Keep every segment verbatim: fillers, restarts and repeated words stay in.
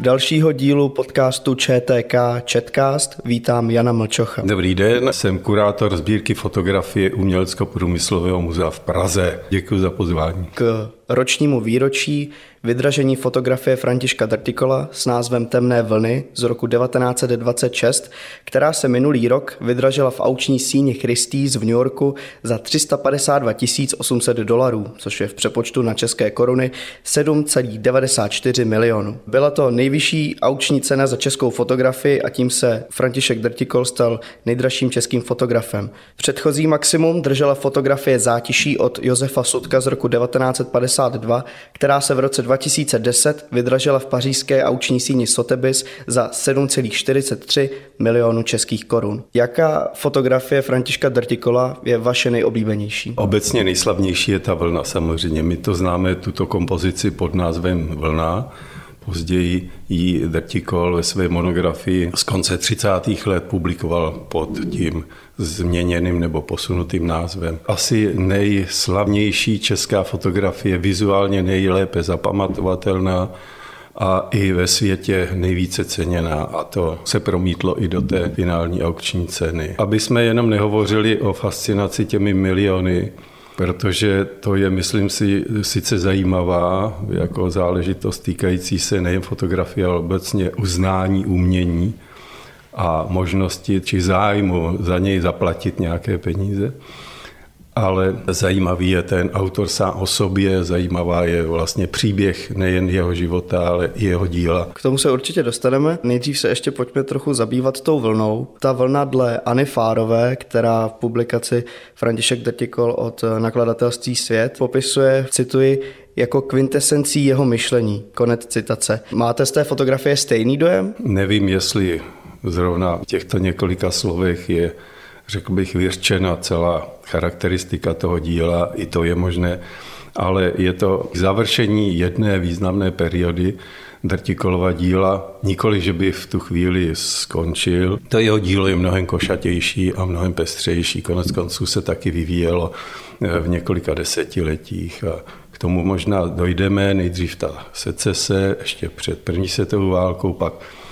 dalšího dílu podcastu ČTK Chatcast vítám Jana Mlčocha. Dobrý den, jsem kurátor sbírky fotografie Umělecko-průmyslového muzea v Praze. Děkuji za pozvání. K ročnímu výročí vydražení fotografie Františka Drtikola s názvem Temné vlny z roku devatenáct set dvacet šest, která se minulý rok vydražila v aukční síni Christie's v New Yorku za tři sta padesát dva tisíc osm set dolarů, což je v přepočtu na české koruny sedm celá devadesát čtyři milionu. Byla to nejvyšší aukční cena za českou fotografii a tím se František Drtikol stal nejdražším českým fotografem. Předchozí maximum držela fotografie Zátiší od Josefa Sudka z roku devatenáct set padesát dva, která se v roce dva tisíce deset vydražila v pařížské aukční síni Sotheby's za sedm celá čtyřicet tři milionu českých korun. Jaká fotografie Františka Drtikola je vaše nejoblíbenější? Obecně nejslavnější je ta vlna samozřejmě. My to známe, tuto kompozici pod názvem Vlna. Později ji Drtikol ve své monografii z konce třicátých let publikoval pod tím změněným nebo posunutým názvem. Asi nejslavnější česká fotografie, vizuálně nejlépe zapamatovatelná a i ve světě nejvíce ceněná, a to se promítlo i do té finální aukční ceny. Aby jsme jenom nehovořili o fascinaci těmi miliony, protože to je, myslím si, sice zajímavá jako záležitost týkající se nejen fotografie, ale obecně uznání umění a možnosti či zájmu za něj zaplatit nějaké peníze. Ale zajímavý je ten autor sám o sobě, zajímavá je vlastně příběh nejen jeho života, ale i jeho díla. K tomu se určitě dostaneme. Nejdřív se ještě pojďme trochu zabývat tou vlnou. Ta vlna dle Anny Fárové, která v publikaci František Drtikol od nakladatelství Svět popisuje, cituji, jako kvintesencí jeho myšlení. Konec citace. Máte z té fotografie stejný dojem? Nevím, jestli zrovna v těchto několika slovech je, řekl bych, vyřčena celá charakteristika toho díla, i to je možné, ale je to završení jedné významné periody Drtikolova díla, nikoli, že by v tu chvíli skončil. To jeho dílo je mnohem košatější a mnohem pestřejší. Konec konců se taky vyvíjelo v několika desetiletích a k tomu možná dojdeme. Nejdřív ta secese, ještě před první světovou válkou, pak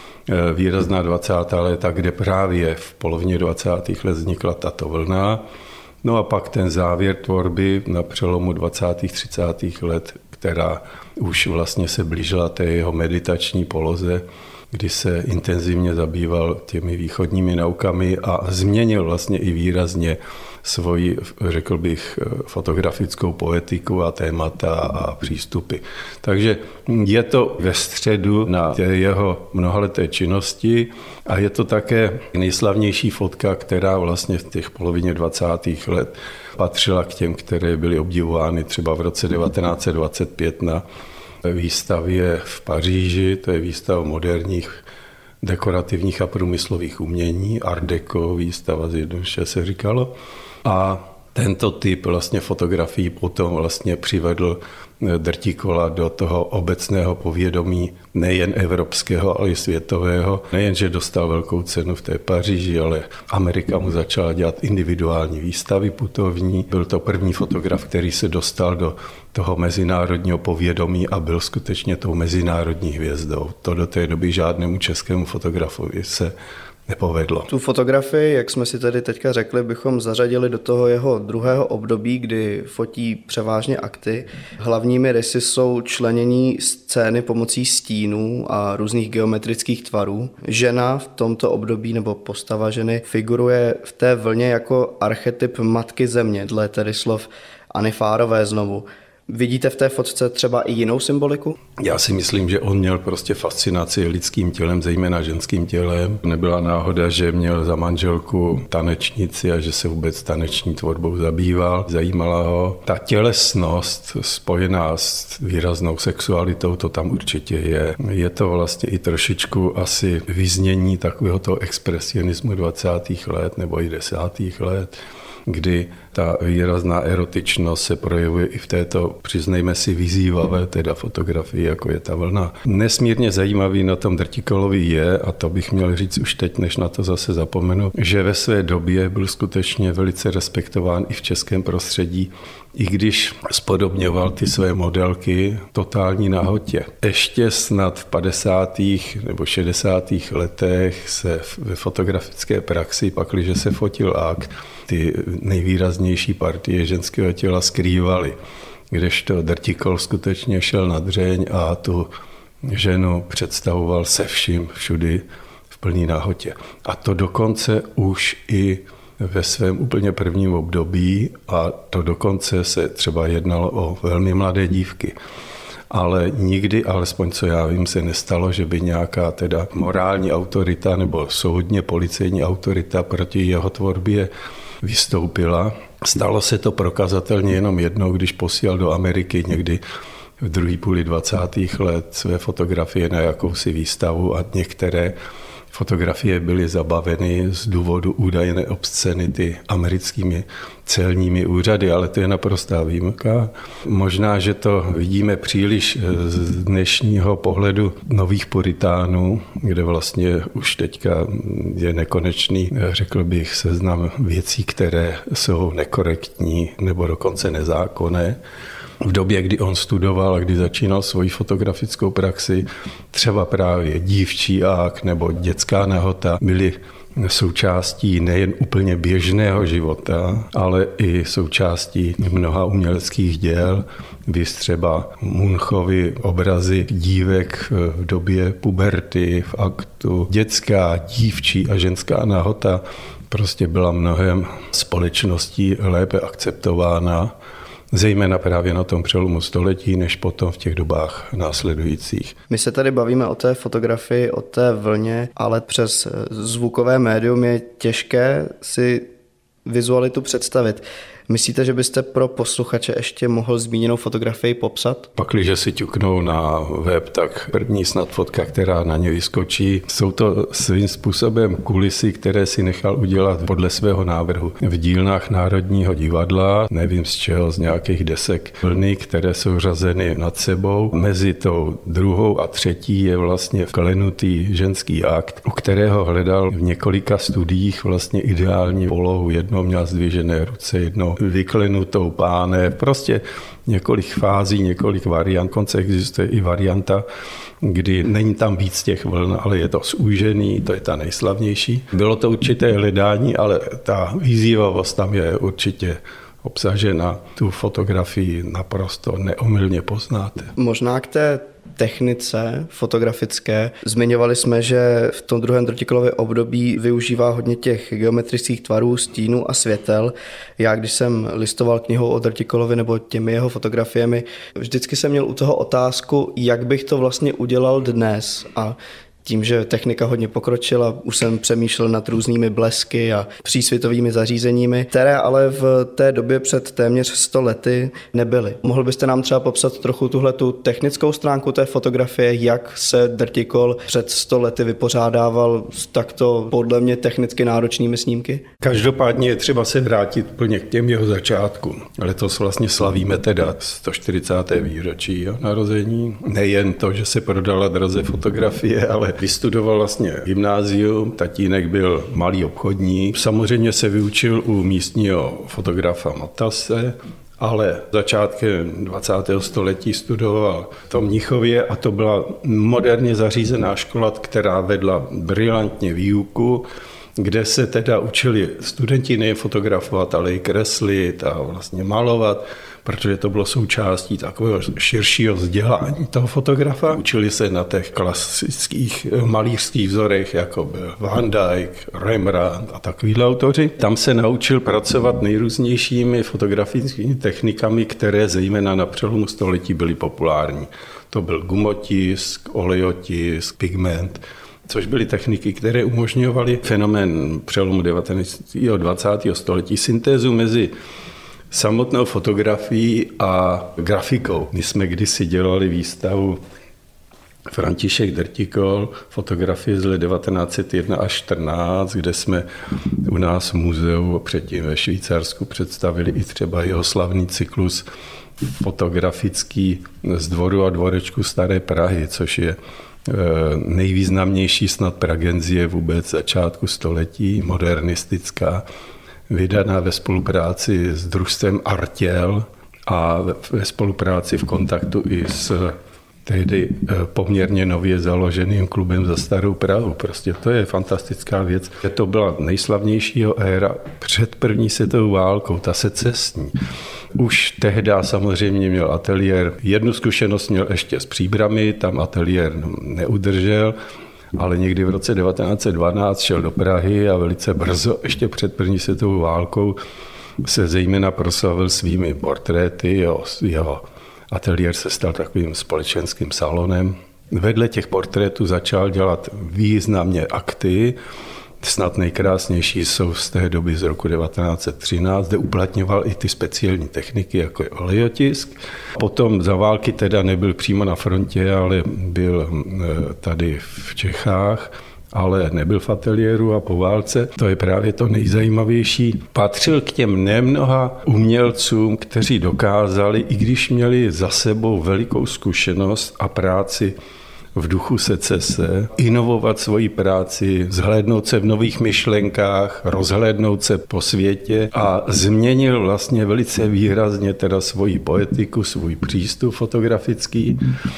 výrazná dvacátá léta, kde právě v polovině dvacátých let vznikla tato vlna. No a pak ten závěr tvorby na přelomu dvacátých třicátých let, která už vlastně se blížila té jeho meditační poloze, kdy se intenzivně zabýval těmi východními naukami a změnil vlastně i výrazně svoji, řekl bych, fotografickou poetiku a témata a přístupy. Takže je to ve středu na té jeho mnohaleté činnosti a je to také nejslavnější fotka, která vlastně v těch polovině dvacátých let patřila k těm, které byly obdivovány třeba v roce devatenáct set dvacet pět na výstavě v Paříži, to je výstava moderních dekorativních a průmyslových umění, Art Deco, výstava zjednoduše se říkalo. A tento typ vlastně fotografií potom vlastně přivedl Drtikola do toho obecného povědomí nejen evropského, ale i světového. Nejen, že dostal velkou cenu v té Paříži, ale Amerika mu začala dělat individuální výstavy putovní. Byl to první fotograf, který se dostal do toho mezinárodního povědomí a byl skutečně tou mezinárodní hvězdou. To do té doby žádnému českému fotografovi se nepovedlo. Tu fotografii, jak jsme si tady teďka řekli, bychom zařadili do toho jeho druhého období, kdy fotí převážně akty. Hlavními rysy jsou členění scény pomocí stínů a různých geometrických tvarů. Žena v tomto období nebo postava ženy figuruje v té vlně jako archetyp matky země, dle tedy slov Anny Fárové znovu. Vidíte v té fotce třeba i jinou symboliku? Já si myslím, že on měl prostě fascinaci lidským tělem, zejména ženským tělem. Nebyla náhoda, že měl za manželku tanečnici a že se vůbec taneční tvorbou zabýval. Zajímala ho ta tělesnost spojená s výraznou sexualitou, to tam určitě je. Je to vlastně i trošičku asi vyznění takového toho expresionismu dvacátých let nebo i desátých let, kdy ta výrazná erotičnost se projevuje i v této, přiznejme si, vyzývavé teda fotografii, jako je ta vlna. Nesmírně zajímavý na tom Drtikolovi je, a to bych měl říct už teď, než na to zase zapomenu, že ve své době byl skutečně velice respektován i v českém prostředí, i když spodobňoval ty své modelky totální nahotě. Ještě snad v padesátých nebo šedesátých letech se ve fotografické praxi, pakliže se fotil akt, ty nejvýraznější partie ženského těla skrývaly, kdežto Drtikol skutečně šel na dřeň a tu ženu představoval se vším všudy v plný nahotě. A to dokonce už i ve svém úplně prvním období, a to dokonce se třeba jednalo o velmi mladé dívky. Ale nikdy, alespoň co já vím, se nestalo, že by nějaká teda morální autorita nebo soudně policejní autorita proti jeho tvorbě vystoupila. Stalo se to prokazatelně jenom jednou, když posílal do Ameriky někdy v druhé půli dvacátých let své fotografie na jakousi výstavu a některé fotografie byly zabaveny z důvodu údajné obscenity americkými celními úřady, ale to je naprostá výjimka. Možná, že to vidíme příliš z dnešního pohledu nových puritánů, kde vlastně už teďka je nekonečný, řekl bych, seznam věcí, které jsou nekorektní nebo dokonce nezákonné. V době, kdy on studoval a kdy začínal svoji fotografickou praxi, třeba právě dívčí akt nebo dětská nahota byly součástí nejen úplně běžného života, ale i součástí mnoha uměleckých děl, viz třeba Munchovy obrazy dívek v době puberty, v aktu. Dětská, dívčí a ženská nahota prostě byla mnohem společností lépe akceptována, zejména právě na tom přelomu století, než potom v těch dobách následujících. My se tady bavíme o té fotografii, o té vlně, ale přes zvukové médium je těžké si vizualitu představit. Myslíte, že byste pro posluchače ještě mohl zmíněnou fotografii popsat? Pakliže si ťuknou na web, tak první snad fotka, která na ně vyskočí, jsou to svým způsobem kulisy, které si nechal udělat podle svého návrhu v dílnách Národního divadla, nevím z čeho, z nějakých desek vlny, které jsou řazeny nad sebou. Mezi tou druhou a třetí je vlastně vklenutý ženský akt, u kterého hledal v několika studiích vlastně ideální polohu. Jednou měl zdvižené ruce, jednou vyklenutou pánev, prostě několik fází, několik variant. Konce existuje i varianta, kdy není tam víc těch vln, ale je to zúžený, to je ta nejslavnější. Bylo to určité hledání, ale ta vyzývavost tam je určitě obsažena. Tu fotografii naprosto neomylně poznáte. Možná k té technice fotografické. Zmiňovali jsme, že v tom druhém Drtikolově období využívá hodně těch geometrických tvarů, stínů a světel. Já, když jsem listoval knihou o Drtikolovi nebo těmi jeho fotografiemi, vždycky jsem měl u toho otázku, jak bych to vlastně udělal dnes. A tím, že technika hodně pokročila, už jsem přemýšlel nad různými blesky a přísvitovými zařízeními, které ale v té době před téměř sto lety nebyly. Mohl byste nám třeba popsat trochu tuhle tu technickou stránku té fotografie, jak se Drtikol před sto lety vypořádával s takto podle mě technicky náročnými snímky? Každopádně je třeba se vrátit plně k těm jeho začátkům. Letos vlastně slavíme teda sto čtyřicáté výročí jeho narození. Nejen to, že se prodala draze fotografie, ale vystudoval vlastně gymnázium, tatínek byl malý obchodník. Samozřejmě se vyučil u místního fotografa Matase, ale začátkem dvacátého století studoval v tom Mnichově a to byla moderně zařízená škola, která vedla brilantně výuku, kde se teda učili studenti nejen fotografovat, ale i kreslit a vlastně malovat, protože to bylo součástí takového širšího vzdělání toho fotografa. Učili se na těch klasických malířských vzorech, jako byl Van Dyck, Rembrandt a takovýhle autoři. Tam se naučil pracovat nejrůznějšími fotografickými technikami, které zejména na přelomu století byly populární. To byl gumotisk, olejotisk, pigment, což byly techniky, které umožňovaly fenomén přelomu devatenáctého a dvacátého století, syntézu mezi samotnou fotografií a grafikou. My jsme kdysi dělali výstavu František Drtikol, fotografie z let devatenáct set jedna až čtrnáct, kde jsme u nás v muzeu předtím ve Švýcarsku představili i třeba jeho slavný cyklus fotografický z dvoru a dvorečku Staré Prahy, což je nejvýznamnější snad pragenzie vůbec začátku století, modernistická, vydaná ve spolupráci s družstvem Artěl a ve spolupráci v kontaktu i s tehdy poměrně nově založeným klubem za Starou Prahu. Prostě to je fantastická věc. To byla nejslavnějšího éra před první světovou válkou, ta secesní. Už tehdy samozřejmě měl ateliér. Jednu zkušenost měl ještě s Příbrami, tam ateliér neudržel, ale někdy v roce devatenáct set dvanáct šel do Prahy a velice brzo, ještě před první světovou válkou, se zejména proslavil svými portréty. Jeho, jeho ateliér se stal takovým společenským salonem. Vedle těch portrétů začal dělat významně akty. Snad nejkrásnější jsou z té doby z roku devatenáct set třináct, kde uplatňoval i ty speciální techniky, jako je olejotisk. Potom za války teda nebyl přímo na frontě, ale byl tady v Čechách, ale nebyl v ateliéru a po válce. To je právě to nejzajímavější. Patřil k těm nemnoha umělcům, kteří dokázali, i když měli za sebou velikou zkušenost a práci v duchu secese, inovovat svoji práci, zhlédnout se v nových myšlenkách, rozhlédnout se po světě a změnil vlastně velice výrazně teda svoji poetiku, svůj přístup fotografický.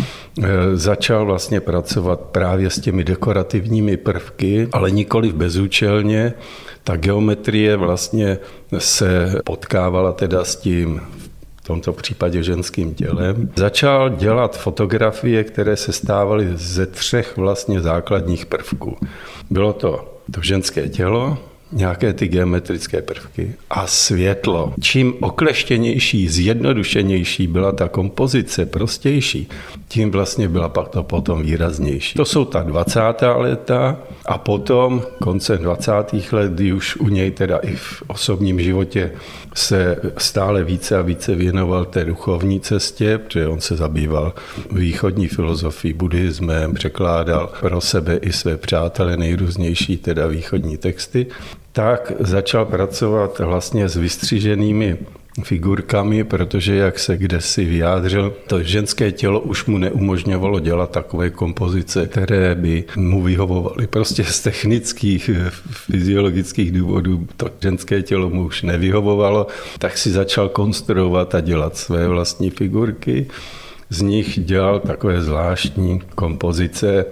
Začal vlastně pracovat právě s těmi dekorativními prvky, ale nikoliv bezúčelně. Ta geometrie vlastně se potkávala teda s tím v tomto případě ženským tělem. Začal dělat fotografie, které se stávaly ze třech vlastně základních prvků. Bylo to to ženské tělo, nějaké ty geometrické prvky a světlo. Čím okleštěnější, zjednodušenější byla ta kompozice, prostější, tím vlastně byla pak to potom výraznější. To jsou ta dvacátá léta a potom koncem dvacátých let, kdy už u něj teda i v osobním životě se stále více a více věnoval té duchovní cestě, protože on se zabýval východní filozofií, buddhismem, překládal pro sebe i své přátele nejrůznější teda východní texty, tak začal pracovat vlastně s vystřiženými figurkami, protože jak se kdesi vyjádřil, to ženské tělo už mu neumožňovalo dělat takové kompozice, které by mu vyhovovaly. Prostě z technických, fyziologických důvodů to ženské tělo mu už nevyhovovalo, tak si začal konstruovat a dělat své vlastní figurky. Z nich dělal takové zvláštní kompozice.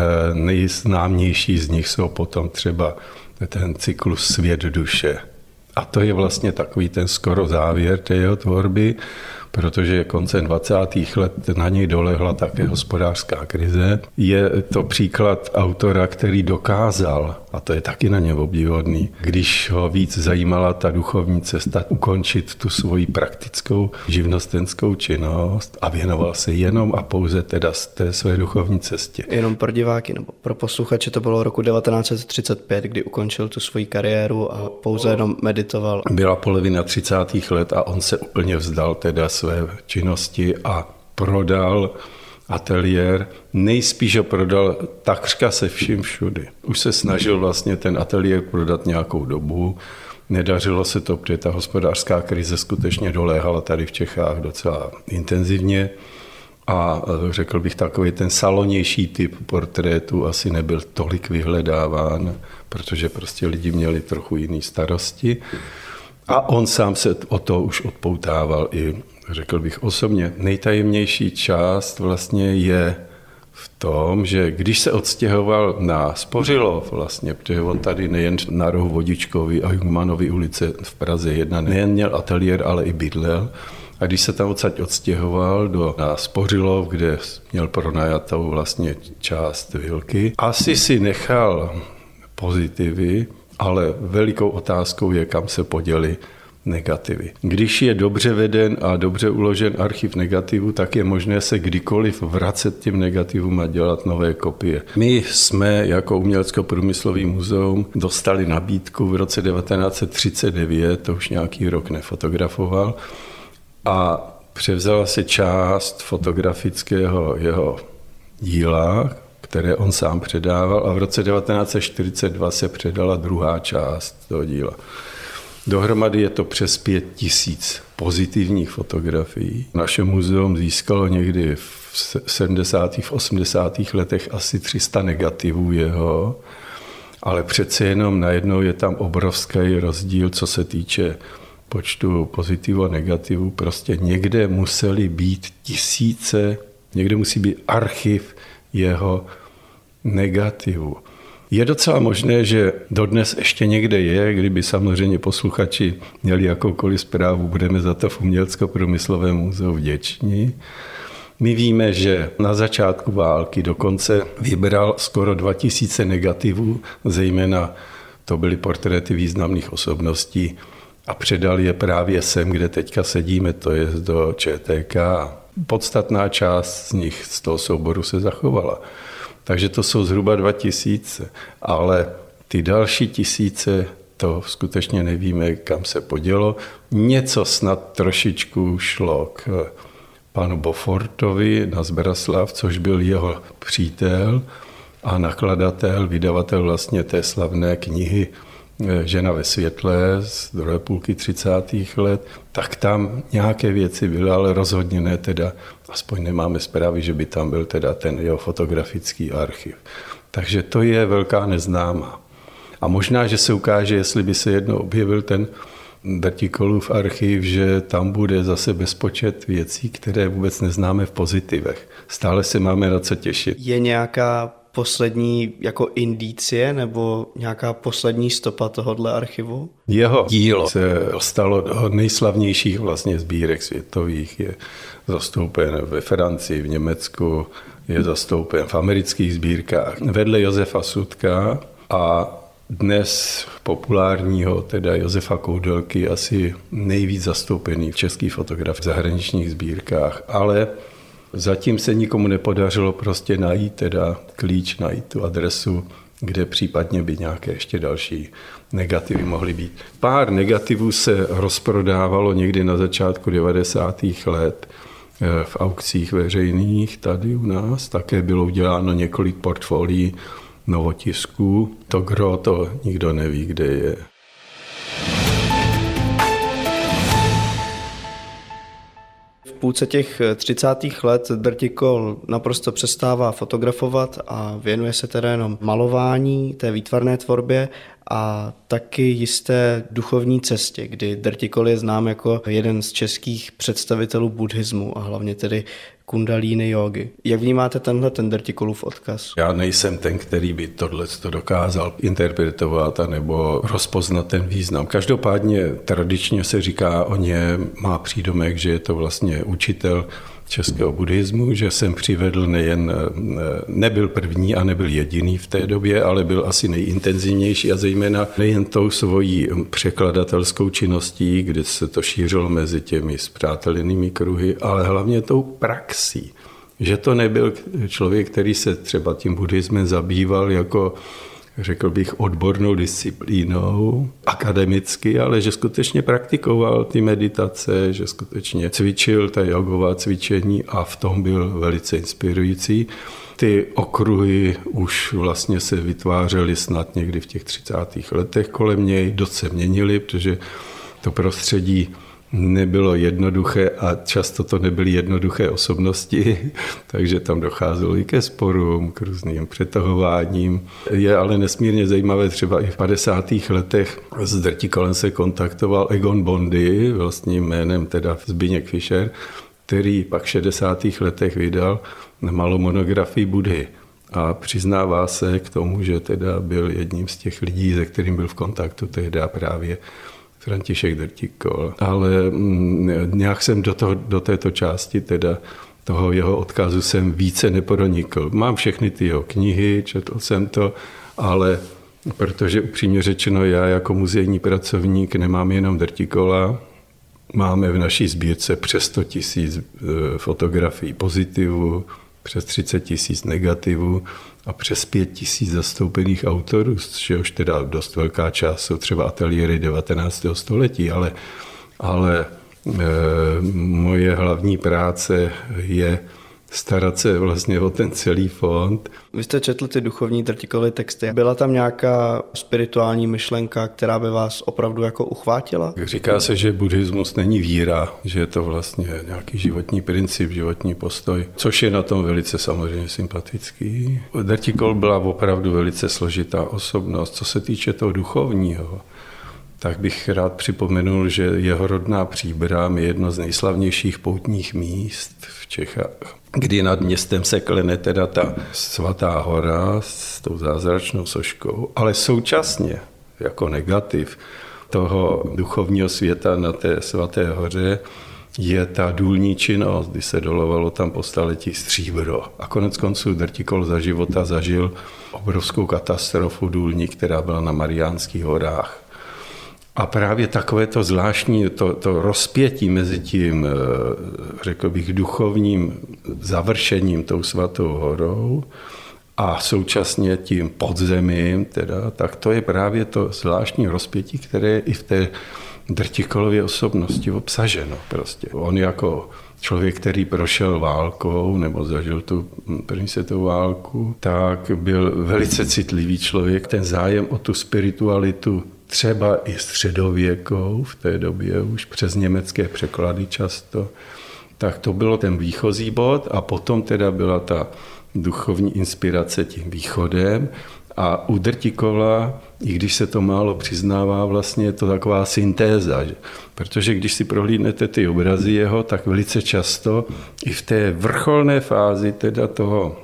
Nejznámější z nich jsou potom třeba ten cyklus Svět duše. A to je vlastně takový ten skoro závěr té jeho tvorby, protože koncem dvacátých let na něj dolehla také hospodářská krize. Je to příklad autora, který dokázal, a to je taky na ně obdivuhodný, když ho víc zajímala ta duchovní cesta, ukončit tu svoji praktickou živnostenskou činnost a věnoval se jenom a pouze teda z té své duchovní cestě. Jenom pro diváky nebo pro posluchače to bylo roku devatenáct set třicet pět, kdy ukončil tu svoji kariéru a pouze jenom meditoval. Byla polovina třicátých let a on se úplně vzdal teda své činnosti a prodal ateliér. Nejspíš ho prodal takřka se vším všudy. Už se snažil vlastně ten ateliér prodat nějakou dobu. Nedařilo se to, protože ta hospodářská krize skutečně doléhala tady v Čechách docela intenzivně. A řekl bych, takový ten salonější typ portrétu asi nebyl tolik vyhledáván, protože prostě lidi měli trochu jiné starosti. A on sám se o to už odpoutával i, řekl bych osobně. Nejtajemnější část vlastně je v tom, že když se odstěhoval na Spořilov vlastně, protože on tady nejen na rohu Vodičkovy a Jungmannovy ulice v Praze jedna, nejen měl ateliér, ale i bydlel. A když se tam odsaď odstěhoval do, na Spořilov, kde měl pronajatou vlastně část vilky, asi si nechal pozitivy, ale velikou otázkou je, kam se poděly negativy. Když je dobře veden a dobře uložen archiv negativů, tak je možné se kdykoliv vracet těm negativům a dělat nové kopie. My jsme jako Umělecko-průmyslový muzeum dostali nabídku v roce devatenáct set třicet devět, to už nějaký rok nefotografoval, a převzala se část fotografického jeho díla, které on sám předával, a v roce devatenáct set čtyřicet dva se předala druhá část toho díla. Dohromady je to přes pět tisíc pozitivních fotografií. Naše muzeum získalo někdy v sedmdesátých, v osmdesátých letech asi tři sta negativů jeho, ale přece jenom najednou je tam obrovský rozdíl, co se týče počtu pozitivů a negativů. Prostě někde museli být tisíce, někde musí být archiv jeho negativů. Je docela možné, že dodnes ještě někde je, kdyby samozřejmě posluchači měli jakoukoliv zprávu, budeme za to v Umělecko-průmyslovém muzeu vděční. My víme, že na začátku války dokonce vybral skoro dva tisíce negativů, zejména to byly portréty významných osobností, a předal je právě sem, kde teďka sedíme, to je do ČTK. Podstatná část z nich, z toho souboru, se zachovala. Takže to jsou zhruba dva tisíce, ale ty další tisíce, to skutečně nevíme, kam se podělo. Něco snad trošičku šlo k panu Bofortovi na Zbraslav, což byl jeho přítel a nakladatel, vydavatel vlastně té slavné knihy Žena ve světle z druhé půlky třicátých let, tak tam nějaké věci byly, ale rozhodně ne teda, aspoň nemáme zprávy, že by tam byl teda ten jeho fotografický archiv. Takže to je velká neznámá. A možná, že se ukáže, jestli by se jednou objevil ten Drtikolův archiv, že tam bude zase bezpočet věcí, které vůbec neznáme v pozitivech. Stále se máme na co těšit. Je nějaká poslední jako indicie nebo nějaká poslední stopa tohohle archivu? Jeho dílo se stalo do nejslavnějších vlastně sbírek světových. Je zastoupen ve Francii, v Německu, je zastoupen v amerických sbírkách. Vedle Josefa Sudka a dnes populárního, teda Josefa Koudelky, asi nejvíc zastoupený v českých fotografii v zahraničních sbírkách, ale zatím se nikomu nepodařilo prostě najít teda klíč, najít tu adresu, kde případně by nějaké ještě další negativy mohly být. Pár negativů se rozprodávalo někdy na začátku devadesátých let v aukcích veřejných tady u nás. Také bylo uděláno několik portfolií novotisků. To gro to nikdo neví, kde je. V půlce těch třicátých let Drtikol naprosto přestává fotografovat a věnuje se teda jenom malování, té výtvarné tvorbě a taky jisté duchovní cestě, kdy Drtikol je znám jako jeden z českých představitelů buddhismu a hlavně tedy kundalíny jógy. Jak vnímáte tenhle ten Drtikolův odkaz? Já nejsem ten, který by tohle dokázal interpretovat nebo rozpoznat ten význam. Každopádně tradičně se říká o ně, má přídomek, že je to vlastně učitel českého buddhismu, že jsem přivedl nejen, nebyl první a nebyl jediný v té době, ale byl asi nejintenzivnější a zejména nejen tou svojí překladatelskou činností, kde se to šířilo mezi těmi spřátelenými kruhy, ale hlavně tou praxí. Že to nebyl člověk, který se třeba tím buddhismem zabýval jako, řekl bych, odbornou disciplínou, akademicky, ale že skutečně praktikoval ty meditace, že skutečně cvičil ta jogová cvičení a v tom byl velice inspirující. Ty okruhy už vlastně se vytvářely snad někdy v těch třicátých letech kolem něj, dost se měnily, protože to prostředí nebylo jednoduché a často to nebyly jednoduché osobnosti, takže tam docházelo i ke sporům, k různým přetahováním. Je ale nesmírně zajímavé, třeba i v padesátých letech s Drtikolem se kontaktoval Egon Bondy, vlastním jménem teda Zbyněk Fischer, který pak v šedesátých letech vydal malou monografii Buddhy. A přiznává se k tomu, že teda byl jedním z těch lidí, se kterým byl v kontaktu tehdy právě František Drtikol, ale nějak jsem do, toho, do této části teda toho jeho odkazu jsem více nepronikl. Mám všechny ty jeho knihy, četl jsem to, ale protože upřímně řečeno já jako muzejní pracovník nemám jenom Drtikola, máme v naší sbírce přes sto tisíc fotografií pozitivů, přes třicet tisíc negativů a přes pět tisíc zastoupených autorů, z čehož teda dost velká část jsou třeba ateliéry devatenáctého století, ale, ale e, moje hlavní práce je starat se vlastně o ten celý fond. Vy jste četl ty duchovní Drtikolovy texty. Byla tam nějaká spirituální myšlenka, která by vás opravdu jako uchvátila? Říká se, že buddhismus není víra, že je to vlastně nějaký životní princip, životní postoj, což je na tom velice samozřejmě sympatický. Drtikol byla opravdu velice složitá osobnost. Co se týče toho duchovního, tak bych rád připomenul, že jeho rodná Příbram je jedno z nejslavnějších poutních míst v Čechách, kdy nad městem se klene teda ta svatá hora s tou zázračnou soškou, ale současně jako negativ toho duchovního světa na té svaté hoře je ta důlní činnost, kdy se dolovalo tam po staletí stříbro. A konec konců Drtikol za života zažil obrovskou katastrofu důlní, která byla na Mariánských horách. A právě takové to zvláštní, to, to rozpětí mezi tím, řekl bych, duchovním završením tou svatou horou a současně tím podzemím, teda, tak to je právě to zvláštní rozpětí, které je i v té Drtikolově osobnosti obsaženo. Prostě. On jako člověk, který prošel válkou nebo zažil tu první světovou válku, tak byl velice citlivý člověk. Ten zájem o tu spiritualitu třeba i středověkou v té době už přes německé překlady často, tak to bylo ten výchozí bod a potom teda byla ta duchovní inspirace tím východem a u Drtikola, i když se to málo přiznává, vlastně je to taková syntéza, že? Protože když si prohlídnete ty obrazy jeho, tak velice často i v té vrcholné fázi teda toho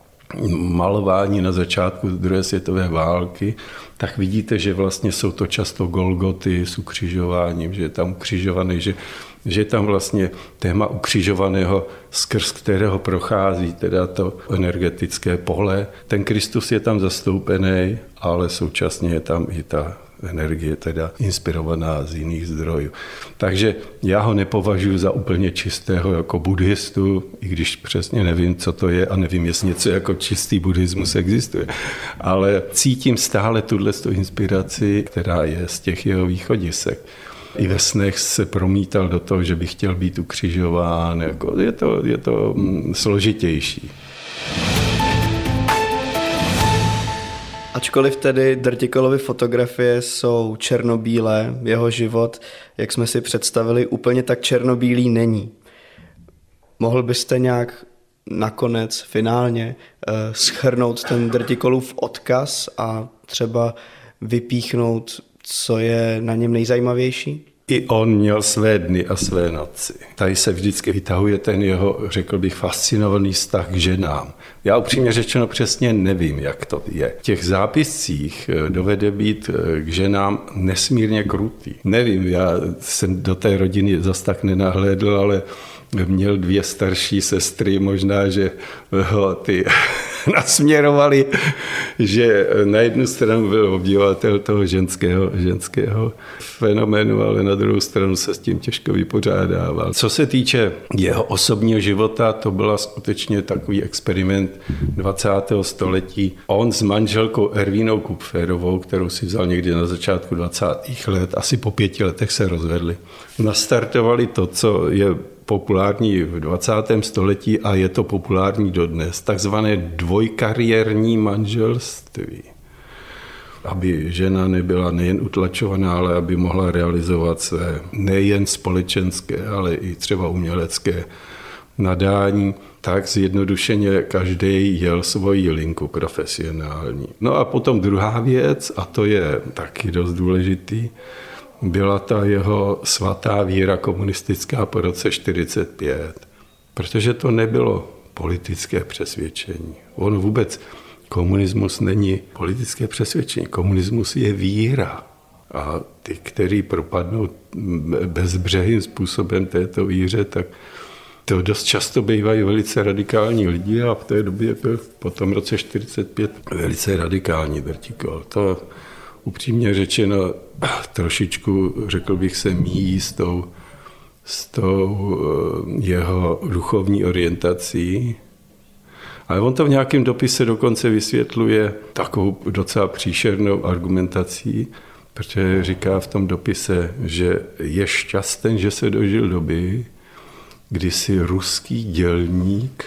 malování na začátku druhé světové války, tak vidíte, že vlastně jsou to často Golgoty s ukřižováním, že je tam ukřižovaný, že, že je tam vlastně téma ukřižovaného, skrz kterého prochází teda to energetické pole. Ten Kristus je tam zastoupený, ale současně je tam i ta energie teda inspirovaná z jiných zdrojů. Takže já ho nepovažuji za úplně čistého jako buddhistu, i když přesně nevím, co to je a nevím, jestli něco jako čistý buddhismus existuje. Ale cítím stále tuhle inspiraci, která je z těch jeho východisek. I ve snech se promítal do toho, že by chtěl být ukřižován. Jako je to, je to složitější. Ačkoliv tedy Drtikolovy fotografie jsou černobílé, jeho život, jak jsme si představili, úplně tak černobílý není. Mohl byste nějak nakonec, finálně, shrnout ten Drtikolův odkaz a třeba vypíchnout, co je na něm nejzajímavější? I on měl své dny a své noci. Tady se vždycky vytahuje ten jeho, řekl bych, fascinovaný vztah k ženám. Já upřímně řečeno přesně nevím, jak to je. V těch zápiscích dovede být k ženám nesmírně krutý. Nevím, já jsem do té rodiny zas tak nenahlédl, ale měl dvě starší sestry, možná, že ho ty nasměrovali, že na jednu stranu byl obdivatel toho ženského, ženského fenoménu, ale na druhou stranu se s tím těžko vypořádával. Co se týče jeho osobního života, to byla skutečně takový experiment dvacátého století. On s manželkou Ervínou Kupferovou, kterou si vzal někdy na začátku dvacátých let, asi po pěti letech se rozvedli. Nastartovali to, co je populární v dvacátém století a je to populární dodnes, takzvané dvojkariérní manželství. Aby žena nebyla nejen utlačovaná, ale aby mohla realizovat své nejen společenské, ale i třeba umělecké nadání, tak zjednodušeně každý jel svoji linku profesionální. No a potom druhá věc, a to je taky dost důležitý, byla ta jeho svatá víra komunistická po roce čtyřicet pět, protože to nebylo politické přesvědčení. On vůbec, komunismus není politické přesvědčení, komunismus je víra. A ty, který propadnou bezbřehým způsobem této víře, tak to dost často bývají velice radikální lidi a v té době byl po tom roce čtyřicet pět velice radikální Drtikol. To upřímně řečeno trošičku, řekl bych, se míjí s tou, s tou jeho duchovní orientací. Ale on to v nějakém dopise dokonce vysvětluje takovou docela příšernou argumentací, protože říká v tom dopise, že je šťasten, že se dožil doby, kdy si ruský dělník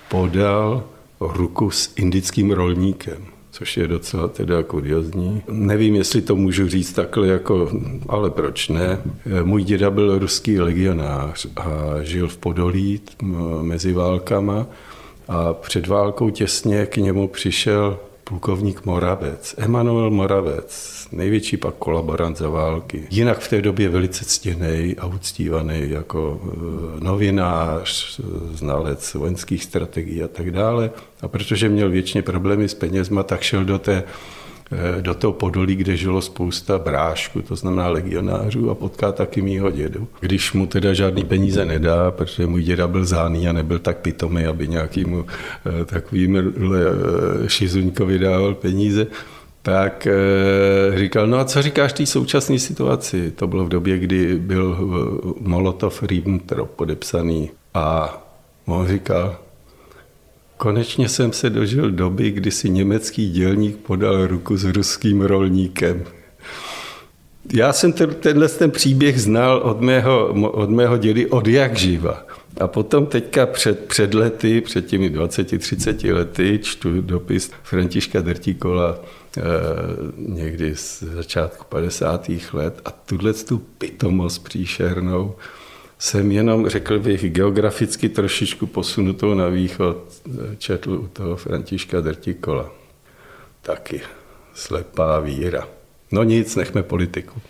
podal ruku s indickým rolníkem, což je docela teda kuriozní. Nevím, jestli to můžu říct takhle, jako, ale proč ne. Můj děda byl ruský legionář a žil v Podolí mezi válkama a před válkou těsně k němu přišel plukovník Moravec, Emanuel Moravec, největší pak kolaborant za války. Jinak v té době velice ctěný a uctívaný jako novinář, znalec vojenských strategií a tak dále. A protože měl věčně problémy s penězma, tak šel do, té, do toho Podolí, kde žilo spousta brášků, to znamená legionářů, a potká taky mýho dědu. Když mu teda žádný peníze nedá, protože můj děda byl záný a nebyl tak pitomý, aby nějakýmu takovým šizuňkovi dával peníze, tak říkal, no a co říkáš té současné situaci? To bylo v době, kdy byl Molotov-Ribbentrop podepsaný a on říkal, konečně jsem se dožil doby, kdy si německý dělník podal ruku s ruským rolníkem. Já jsem ten, tenhle ten příběh znal od mého, od mého dědy od jak živa. A potom teďka před, před lety, před těmi dvaceti třiceti lety, čtu dopis Františka Drtikola eh, někdy z začátku padesátých let a tuhle tu pitomost příšernou jsem jenom, řekl bych, geograficky trošičku posunutou na východ četl u toho Františka Drtikola. Taky slepá víra. No nic, nechme politiku.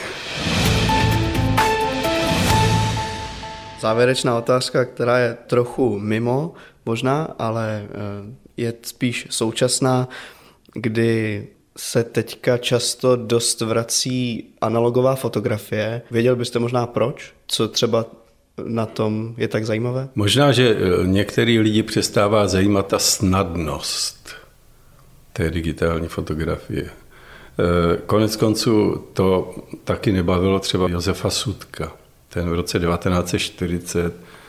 Závěrečná otázka, která je trochu mimo možná, ale je spíš současná, kdy se teďka často dost vrací analogová fotografie. Věděl byste možná proč? Co třeba na tom je tak zajímavé? Možná, že některý lidi přestává zajímat ta snadnost té digitální fotografie. Konec konců to taky nebavilo třeba Josefa Sudka. Ten v roce devatenáct set čtyřicet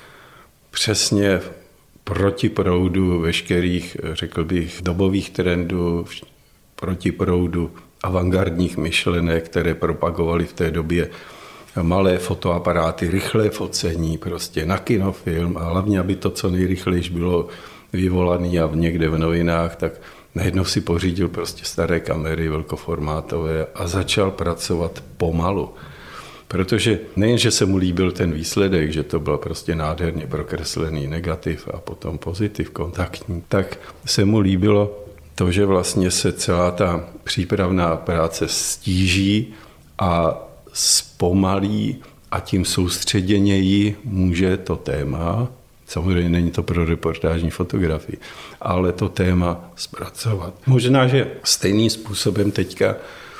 přesně proti proudu veškerých, řekl bych, dobových trendů, proti proudu avantgardních myšlenek, které propagovaly v té době malé fotoaparáty, rychlé focení, prostě na kinofilm a hlavně, aby to co nejrychlejší bylo vyvolané a někde v novinách, tak najednou si pořídil prostě staré kamery velkoformátové a začal pracovat pomalu. Protože nejenže se mu líbil ten výsledek, že to byl prostě nádherně prokreslený negativ a potom pozitiv kontaktní, tak se mu líbilo to, že vlastně se celá ta přípravná práce stíží a zpomalí a tím soustředěněji může to téma, samozřejmě není to pro reportážní fotografii, ale to téma zpracovat. Možná, že stejným způsobem teďka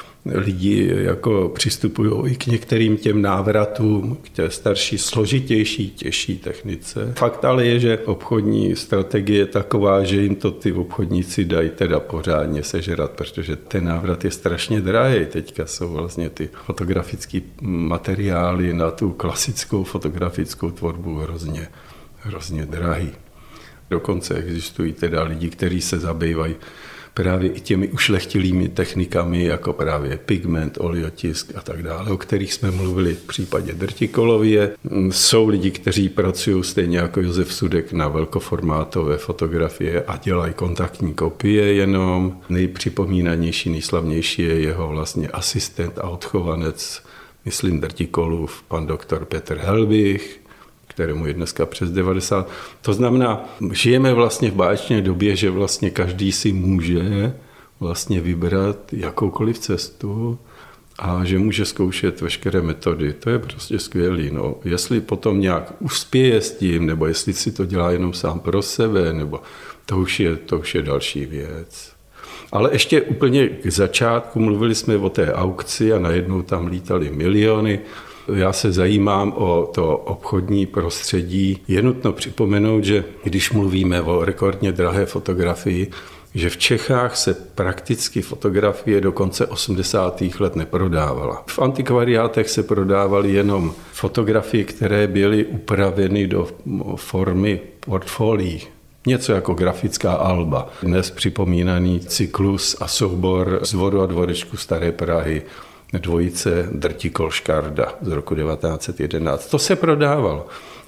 lidi jako přistupují i k některým těm návratům, k té starší, složitější, těžší technice. Fakt ale je, že obchodní strategie je taková, že jim to ty obchodníci dají teda pořádně sežrat, protože ten návrat je strašně drahý. Teďka jsou vlastně ty fotografické materiály na tu klasickou fotografickou tvorbu hrozně, hrozně drahý. Dokonce existují teda lidi, kteří se zabývají právě i těmi ušlechtilými technikami, jako právě pigment, oleotisk a tak dále, o kterých jsme mluvili v případě Drtikolově. Jsou lidi, kteří pracují stejně jako Josef Sudek na velkoformátové fotografie a dělají kontaktní kopie jenom. Nejpřipomínanější, nejslavnější je jeho vlastně asistent a odchovanec, myslím Drtikolův, pan doktor Petr Helbich, kterému je dneska přes devadesát. To znamená, žijeme vlastně v báječné době, že vlastně každý si může vlastně vybrat jakoukoliv cestu a že může zkoušet veškeré metody. To je prostě skvělý. No. Jestli potom nějak uspěje s tím, nebo jestli si to dělá jenom sám pro sebe, nebo to už je, to už je další věc. Ale ještě úplně k začátku mluvili jsme o té aukci a najednou tam lítaly miliony. Já se zajímám o to obchodní prostředí. Je nutno připomenout, že když mluvíme o rekordně drahé fotografii, že v Čechách se prakticky fotografie do konce osmdesátých let neprodávala. V antikvariátech se prodávaly jenom fotografie, které byly upraveny do formy portfolií. Něco jako grafická alba. Dnes připomínaný cyklus a soubor z Dvoru a dvorečku Staré Prahy, dvojice Drtikol Škarda z roku devatenáct set jedenáct. To se prodávalo.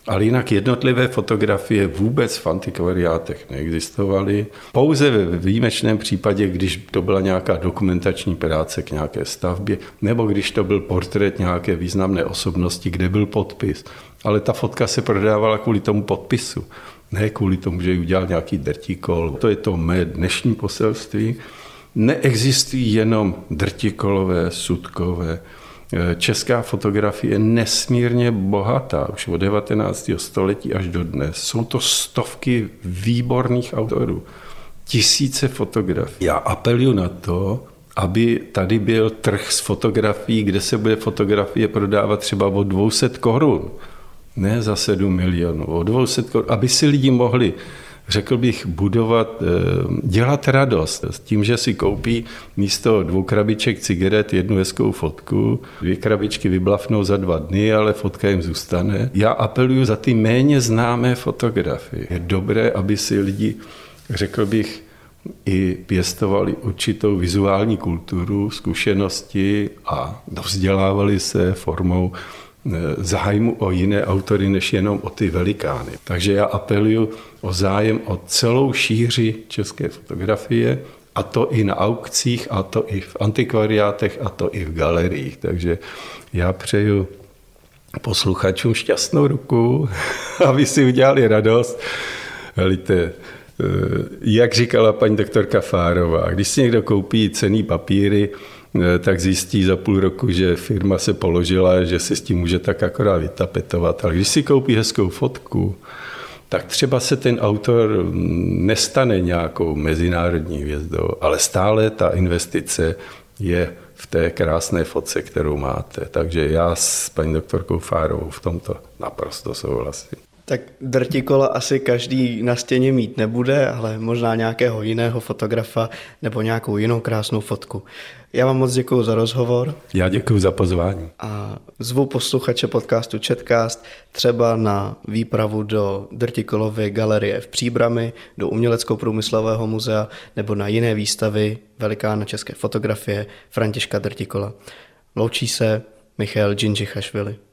Ale jinak jednotlivé fotografie vůbec v antikvariátech neexistovaly. Pouze ve výjimečném případě, když to byla nějaká dokumentační práce k nějaké stavbě, nebo když to byl portrét nějaké významné osobnosti, kde byl podpis. Ale ta fotka se prodávala kvůli tomu podpisu. Ne kvůli tomu, že ji udělal nějaký drtikol. To je to mé dnešní poselství. Neexistují jenom drtikolové, sudkové. Česká fotografie je nesmírně bohatá, už od devatenáctého století až do dnes. Jsou to stovky výborných autorů, tisíce fotografií. Já apeluju na to, aby tady byl trh s fotografií, kde se bude fotografie prodávat třeba o dvě stě korun, ne za sedm milionů, o dvě stě korun, aby si lidi mohli, řekl bych, budovat, dělat radost s tím, že si koupí místo dvou krabiček cigaret jednu hezkou fotku, dvě krabičky vyblafnou za dva dny, ale fotka jim zůstane. Já apeluju za ty méně známé fotografie. Je dobré, aby si lidi, řekl bych, i pěstovali určitou vizuální kulturu, zkušenosti a dovzdělávali se formou zájmu o jiné autory, než jenom o ty velikány. Takže já apeluju o zájem o celou šíři české fotografie, a to i na aukcích, a to i v antikvariátech, a to i v galeriích. Takže já přeju posluchačům šťastnou ruku, aby si udělali radost. Víte, jak říkala paní doktorka Fárová, když si někdo koupí cenný papíry, tak zjistí za půl roku, že firma se položila, že si s tím může tak akorát vytapetovat. Ale když si koupí hezkou fotku, tak třeba se ten autor nestane nějakou mezinárodní hvězdou, ale stále ta investice je v té krásné fotce, kterou máte. Takže já s paní doktorkou Fárovou v tomto naprosto souhlasím. Tak drtikola asi každý na stěně mít nebude, ale možná nějakého jiného fotografa nebo nějakou jinou krásnou fotku. Já vám moc děkuji za rozhovor. Já děkuji za pozvání. A zvu posluchače podcastu Chatcast třeba na výpravu do Drtikolovy galerie v Příbrami, do Umělecko-průmyslového muzea nebo na jiné výstavy velikána české fotografie Františka Drtikola. Loučí se Michael Džindžichašvili.